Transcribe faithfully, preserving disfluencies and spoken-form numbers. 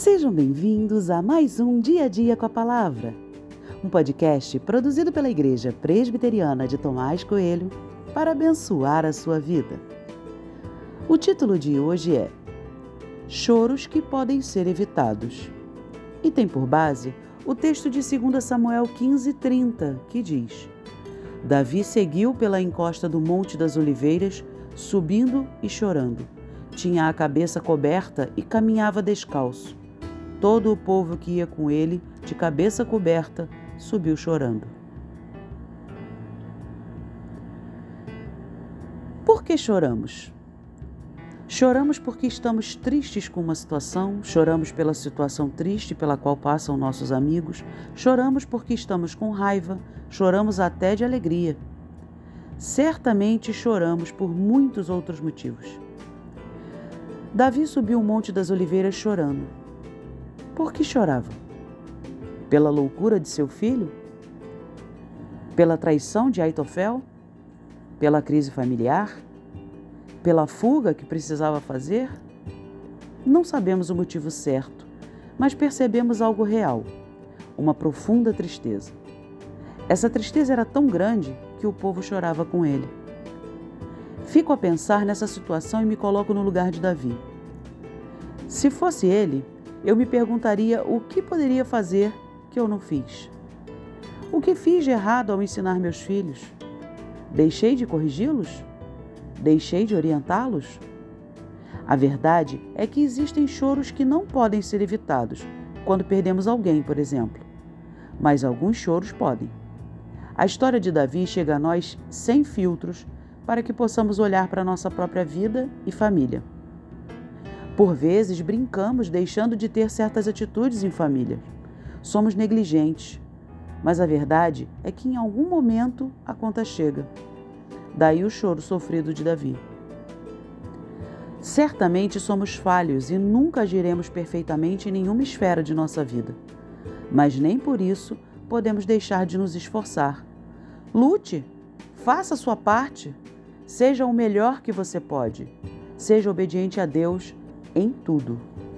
Sejam bem-vindos a mais um Dia a Dia com a Palavra, um podcast produzido pela Igreja Presbiteriana de Tomás Coelho para abençoar a sua vida. O título de hoje é Choros que podem ser evitados e tem por base o texto de dois Samuel quinze, trinta, que diz: Davi seguiu pela encosta do Monte das Oliveiras, subindo e chorando. Tinha a cabeça coberta e caminhava descalço. Todo o povo que ia com ele, de cabeça coberta, subiu chorando. Por que choramos? Choramos porque estamos tristes com uma situação, choramos pela situação triste pela qual passam nossos amigos, choramos porque estamos com raiva, choramos até de alegria. Certamente choramos por muitos outros motivos. Davi subiu o Monte das Oliveiras chorando. Por que chorava? Pela loucura de seu filho? Pela traição de Aitofel? Pela crise familiar? Pela fuga que precisava fazer? Não sabemos o motivo certo, mas percebemos algo real, uma profunda tristeza. Essa tristeza era tão grande que o povo chorava com ele. Fico a pensar nessa situação e me coloco no lugar de Davi. Se fosse ele, eu me perguntaria o que poderia fazer que eu não fiz. O que fiz de errado ao ensinar meus filhos? Deixei de corrigi-los? Deixei de orientá-los? A verdade é que existem choros que não podem ser evitados, quando perdemos alguém, por exemplo. Mas alguns choros podem. A história de Davi chega a nós sem filtros para que possamos olhar para a nossa própria vida e família. Por vezes, brincamos deixando de ter certas atitudes em família. Somos negligentes, mas a verdade é que em algum momento a conta chega. Daí o choro sofrido de Davi. Certamente somos falhos e nunca agiremos perfeitamente em nenhuma esfera de nossa vida. Mas nem por isso podemos deixar de nos esforçar. Lute, faça a sua parte, seja o melhor que você pode. Seja obediente a Deus em tudo.